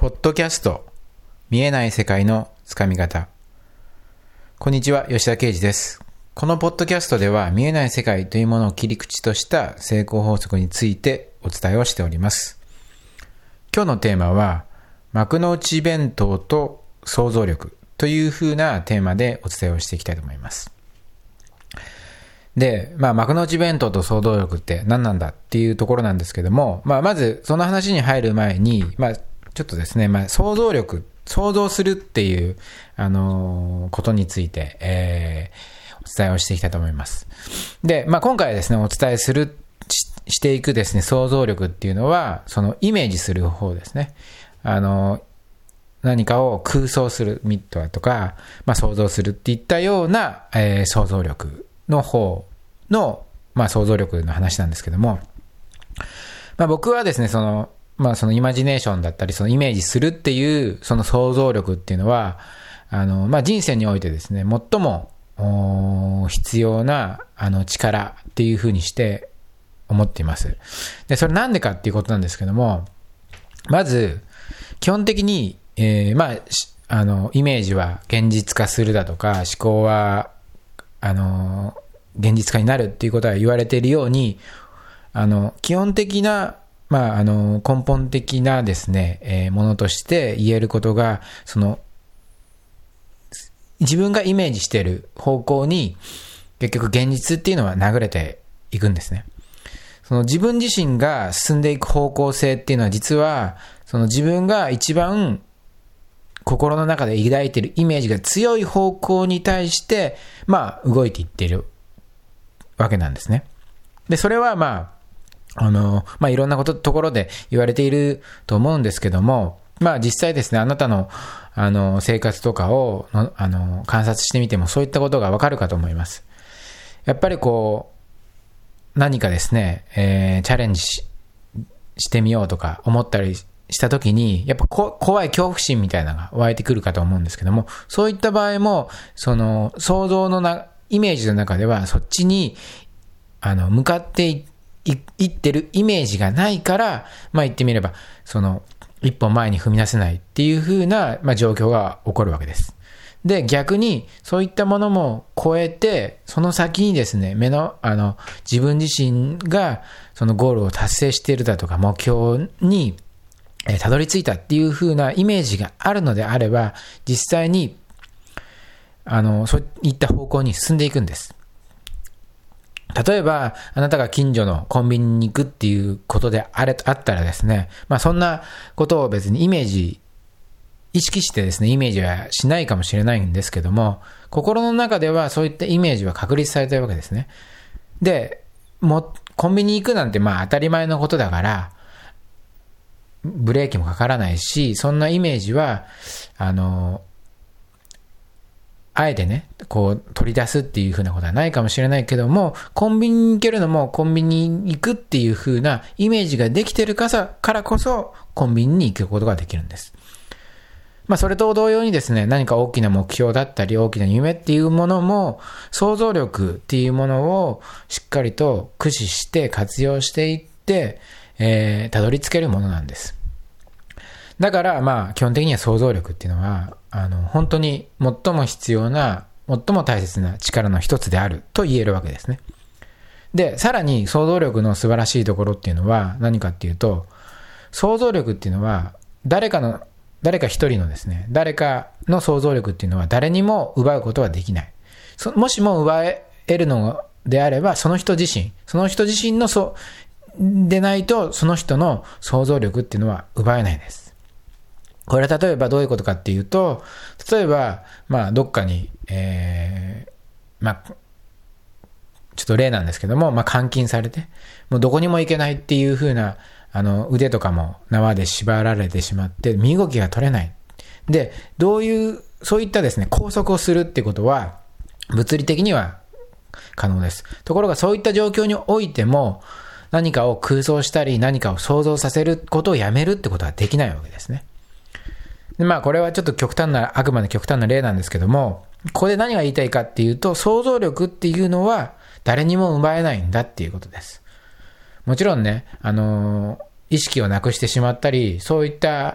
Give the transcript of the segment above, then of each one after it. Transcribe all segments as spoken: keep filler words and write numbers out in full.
ポッドキャスト見えない世界のつかみ方。こんにちは、吉田啓二です。このポッドキャストでは見えない世界というものを切り口とした成功法則についてお伝えをしております。今日のテーマは幕の内弁当と想像力というふうなテーマでお伝えをしていきたいと思います。で、まあ、幕の内弁当と想像力って何なんだっていうところなんですけども、まあ、まずその話に入る前に、まあ、ちょっとですね、まあ、想像力、想像するっていう、あのー、ことについて、えー、お伝えをしていきたいと思います。で、まあ、今回ですね、お伝えする、し、していくですね、想像力っていうのは、そのイメージする方ですね。あのー、何かを空想するミットとか、まあ、想像するっていったような、えー、想像力の方の、まあ、想像力の話なんですけども、まあ、僕はですね、その、まあそのイマジネーションだったり、そのイメージするっていうその想像力っていうのは、あの、まあ人生においてですね、最も必要なあの力っていうふうにして思っています。で、それなんでかっていうことなんですけども、まず、基本的に、えー、まあ、あの、イメージは現実化するだとか、思考は、あの、現実化になるっていうことは言われているように、あの、基本的なまあ、あの根本的なですね、えー、ものとして言えることが、その自分がイメージしている方向に結局現実っていうのは流れていくんですね。その自分自身が進んでいく方向性っていうのは、実はその自分が一番心の中で抱いているイメージが強い方向に対してまあ動いていっているわけなんですね。で、それはまああの、まあ、いろんなこと、ところで言われていると思うんですけども、まあ、実際ですね、あなたの、あの、生活とかを、あの、観察してみても、そういったことがわかるかと思います。やっぱりこう、何かですね、えー、チャレンジ し, してみようとか思ったりしたときに、やっぱこ怖い恐怖心みたいなのが湧いてくるかと思うんですけども、そういった場合も、その、想像のな、イメージの中では、そっちに、あの、向かっていって、いってるイメージがないから、まあ言ってみれば、その、一歩前に踏み出せないっていう風な、まあ、状況が起こるわけです。で、逆に、そういったものも超えて、その先にですね、目の、あの、自分自身が、そのゴールを達成しているだとか、目標に、えー、たどり着いたっていう風なイメージがあるのであれば、実際に、あの、そういった方向に進んでいくんです。例えば、あなたが近所のコンビニに行くっていうことであれ、あったらですね、まあそんなことを別にイメージ、意識してですね、イメージはしないかもしれないんですけども、心の中ではそういったイメージは確立されているわけですね。で、も、コンビニに行くなんてまあ当たり前のことだから、ブレーキもかからないし、そんなイメージは、あの、あえてね、こう取り出すっていう風なことはないかもしれないけども、コンビニに行けるのもコンビニに行くっていう風なイメージができてるからこそ、コンビニに行くことができるんです。まあそれと同様にですね、何か大きな目標だったり大きな夢っていうものも、想像力っていうものをしっかりと駆使して活用していって、えー、たどり着けるものなんです。だからまあ基本的には想像力っていうのは、あの本当に最も必要な、最も大切な力の一つであると言えるわけですね。で、さらに想像力の素晴らしいところっていうのは何かっていうと、想像力っていうのは誰かの、誰か一人のですね、誰かの想像力っていうのは誰にも奪うことはできない。そもしも奪えるのであれば、その人自身、その人自身のそでないと、その人の想像力っていうのは奪えないです。これは例えばどういうことかっていうと、例えば、まあ、どっかに、えー、まあ、ちょっと例なんですけども、まあ、監禁されて、もうどこにも行けないっていう風な、あの、腕とかも縄で縛られてしまって、身動きが取れない。で、どういう、そういったですね、拘束をするってことは、物理的には可能です。ところが、そういった状況においても、何かを空想したり、何かを想像させることをやめるってことはできないわけですね。でまあこれはちょっと極端な、あくまで極端な例なんですけども、ここで何が言いたいかっていうと、想像力っていうのは誰にも奪えないんだっていうことです。もちろんね、あのー、意識をなくしてしまったり、そういった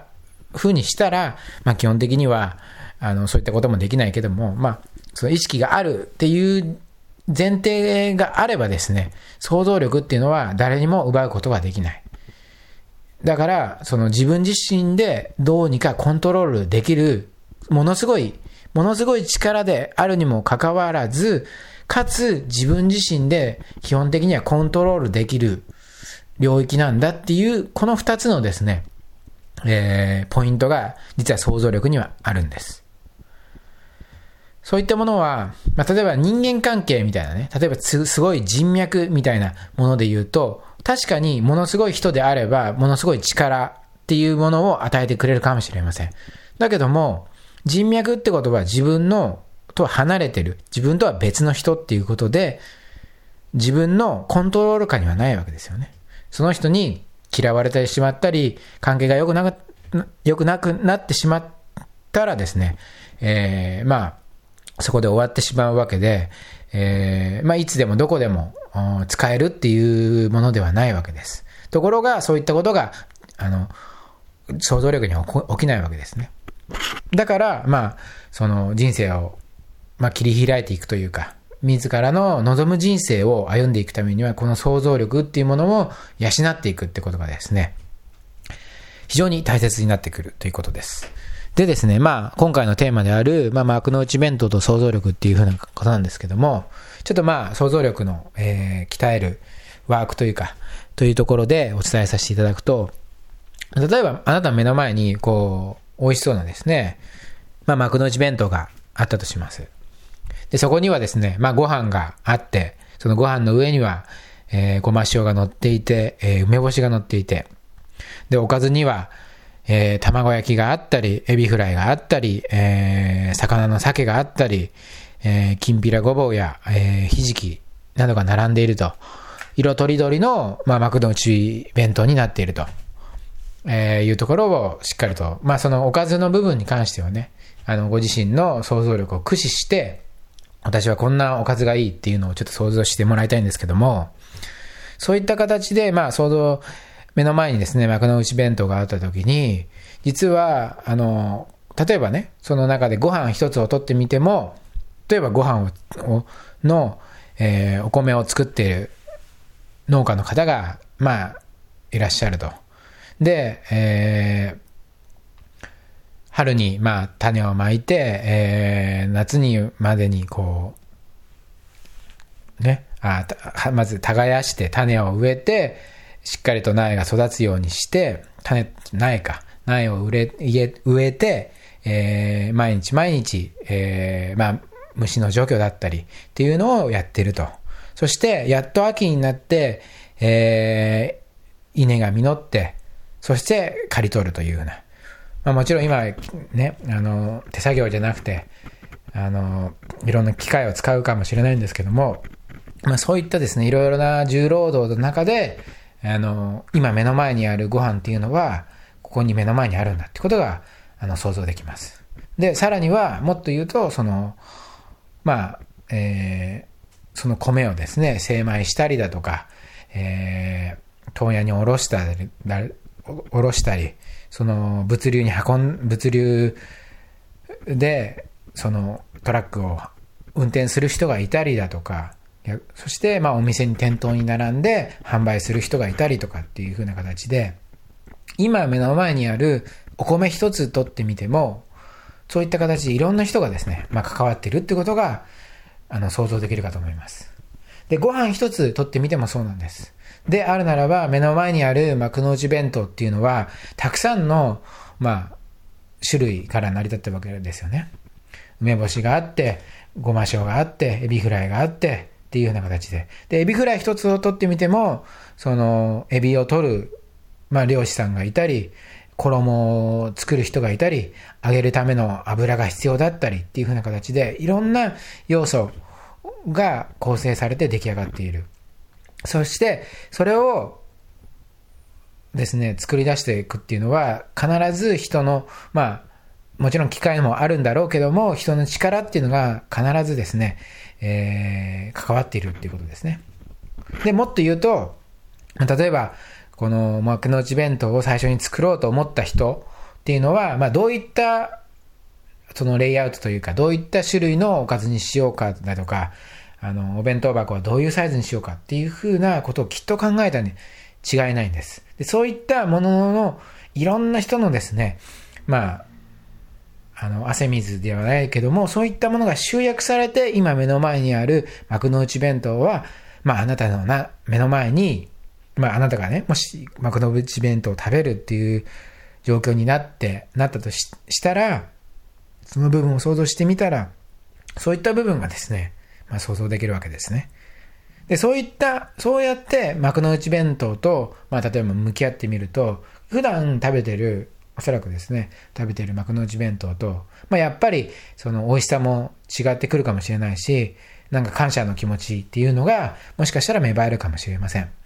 風にしたら、まあ基本的には、あの、そういったこともできないけども、まあ、その意識があるっていう前提があればですね、想像力っていうのは誰にも奪うことができない。だから、その自分自身でどうにかコントロールできる、ものすごい、ものすごい力であるにもかかわらず、かつ自分自身で基本的にはコントロールできる領域なんだっていう、この二つのですね、えー、ポイントが実は想像力にはあるんです。そういったものは、まあ、例えば人間関係みたいなね、例えばす、すごい人脈みたいなもので言うと、確かにものすごい人であれば、ものすごい力っていうものを与えてくれるかもしれません。だけども、人脈ってことは自分のとは離れてる、自分とは別の人っていうことで、自分のコントロール下にはないわけですよね。その人に嫌われてしまったり、関係が良くなく、良くなくなってしまったらですね、えー、まあ、そこで終わってしまうわけで、えー、まあ、いつでもどこでも使えるっていうものではないわけです。ところが、そういったことが、あの、想像力には起きないわけですね。だから、まあ、その人生を、まあ、切り開いていくというか、自らの望む人生を歩んでいくためには、この想像力っていうものを養っていくってことがですね、非常に大切になってくるということです。でですね、まあ、今回のテーマである、まあ、幕の内弁当と想像力っていうふうなことなんですけども、ちょっとまあ、想像力の、えー、鍛えるワークというか、というところでお伝えさせていただくと、例えば、あなたの目の前に、こう、美味しそうなですね、まあ、幕の内弁当があったとします。で、そこにはですね、まあ、ご飯があって、そのご飯の上には、えー、ごま塩が乗っていて、えー、梅干しが乗っていて、で、おかずには、えー、卵焼きがあったり、エビフライがあったり、えー、魚の鮭があったり、えー、きんぴらごぼうや、えー、ひじきなどが並んでいると。色とりどりの、まあ、幕の内弁当になっていると、えー、いうところをしっかりと、まあ、そのおかずの部分に関してはね、あの、ご自身の想像力を駆使して、私はこんなおかずがいいっていうのをちょっと想像してもらいたいんですけども、そういった形で、まあ、想像、目の前にですね、幕の内弁当があったときに、実は、あの、例えばね、その中でご飯一つを取ってみても、例えばご飯を、の、えー、お米を作っている農家の方が、まあ、いらっしゃると。で、えー、春に、まあ、種をまいて、えー、夏にまでに、こう、ね、あ、まず耕して種を植えて、しっかりと苗が育つようにして、種、苗か、苗を植え、植えて、えー、毎日毎日、えー、まあ、虫の除去だったりっていうのをやってると。そして、やっと秋になって、えー、稲が実って、そして刈り取るというような。まあ、もちろん今ね、あの、手作業じゃなくて、あの、いろんな機械を使うかもしれないんですけども、まあ、そういったですね、いろいろな重労働の中で、あの、今目の前にあるご飯っていうのは、ここに目の前にあるんだってことが、あの、想像できます。で、さらには、もっと言うと、その、まあ、えー、その米をですね、精米したりだとか、えー、問屋におろしたり、おろしたり、その物流に運ん、物流で、そのトラックを運転する人がいたりだとか、そして、まあ、お店に店頭に並んで販売する人がいたりとかっていう風な形で、今目の前にあるお米一つ取ってみても、そういった形でいろんな人がですね、まあ、関わっているってことが、あの、想像できるかと思います。で、ご飯一つ取ってみてもそうなんです。であるならば、目の前にある幕の内弁当っていうのは、たくさんの、まあ、種類から成り立ってるわけですよね。梅干しがあって、ごま塩があって、エビフライがあって、っていうような形で。で、エビフライ一つを取ってみても、その、エビを取る、まあ、漁師さんがいたり、衣を作る人がいたり、揚げるための油が必要だったりっていう風な形で、いろんな要素が構成されて出来上がっている。そして、それをですね、作り出していくっていうのは、必ず人の、まあ、もちろん機械もあるんだろうけども、人の力っていうのが必ずですね、えー、関わっているっていうことですね。で、もっと言うと、例えば、この幕の内弁当を最初に作ろうと思った人っっていうのは、まあ、どういったそのレイアウトというか、どういった種類のおかずにしようかだとか、あのお弁当箱はどういうサイズにしようかっていうふうなことをきっと考えたに違いないんです。で、そういったもののいろんな人のですね、まあ、あの汗水ではないけども、そういったものが集約されて今目の前にある幕の内弁当は、まあ、あなたのな目の前に、まあ、あなたがね、もし幕の内弁当を食べるっていう状況になってなったと し, したらその部分を想像してみたら、そういった部分がですね、まあ、想像できるわけですね。で、そういったそうやって幕の内弁当と、まあ、例えば向き合ってみると、普段食べてるおそらくですね食べてる幕の内弁当と、まあ、やっぱりその美味しさも違ってくるかもしれないし、なんか感謝の気持ちっていうのがもしかしたら芽生えるかもしれません。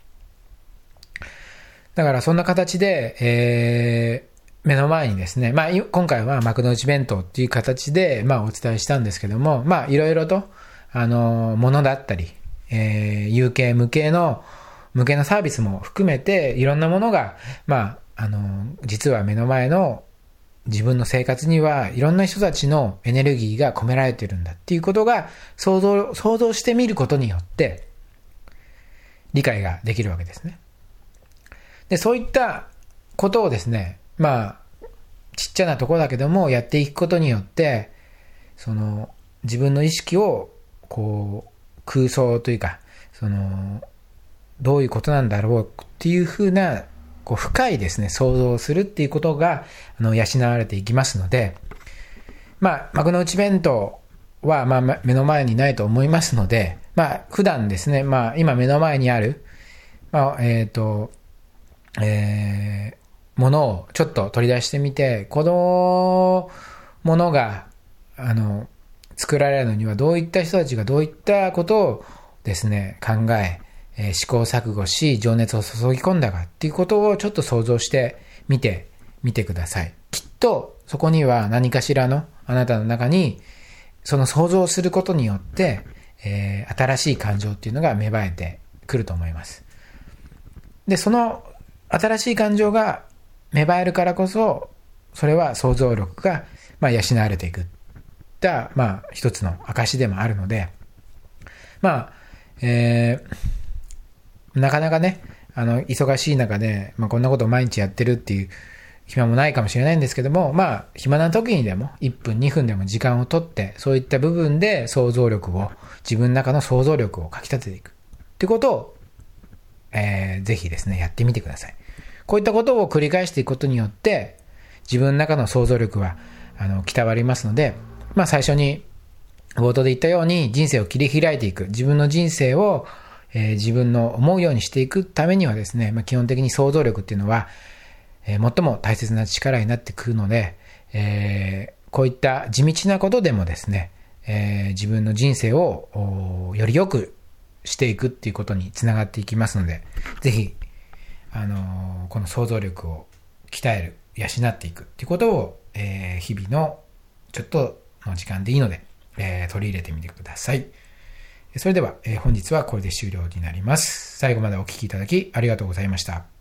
だからそんな形で、えー目の前にですね、まあ今回は幕の内弁当っていう形でまあお伝えしたんですけども、まあいろいろとあのものだったり、えー、有形無形の無形のサービスも含めていろんなものがまああの実は目の前の自分の生活にはいろんな人たちのエネルギーが込められているんだっていうことが想像想像してみることによって理解ができるわけですね。で、そういったことをですね、まあちっちゃなところだけどもやっていくことによって、その自分の意識をこう空想というか、そのどういうことなんだろうっていうふうなこう深いですね想像をするっていうことがあの養われていきますので、まあ幕の内弁当はまあ目の前にないと思いますので、まあ普段ですね、まあ今目の前にあるまあえっとえーものをちょっと取り出してみて、このものがあの作られるのにはどういった人たちがどういったことをですね考え、えー、試行錯誤し情熱を注ぎ込んだかっていうことをちょっと想像してみてみてください。きっとそこには何かしらのあなたの中にその想像することによって、えー、新しい感情っていうのが芽生えてくると思います。で、その新しい感情が芽生えるからこそ、それは想像力がまあ養われていくったまあ一つの証でもあるので、まあ、えー、なかなかねあの忙しい中で、まあ、こんなことを毎日やってるっていう暇もないかもしれないんですけども、まあ暇な時にでもいっぷんにふんでも時間をとって、そういった部分で想像力を自分の中の想像力をかき立てていくってことを、えー、ぜひですねやってみてください。こういったことを繰り返していくことによって自分の中の想像力はあの鍛わりますので、まあ最初に冒頭で言ったように人生を切り開いていく、自分の人生を、えー、自分の思うようにしていくためにはですね、まあ、基本的に想像力っていうのは、えー、最も大切な力になってくるので、えー、こういった地道なことでもですね、えー、自分の人生をより良くしていくっていうことにつながっていきますので、ぜひあのー、この想像力を鍛える、養っていくっていうことを、えー、日々のちょっとの時間でいいので、えー、取り入れてみてください。それでは、えー、本日はこれで終了になります。最後までお聞きいただきありがとうございました。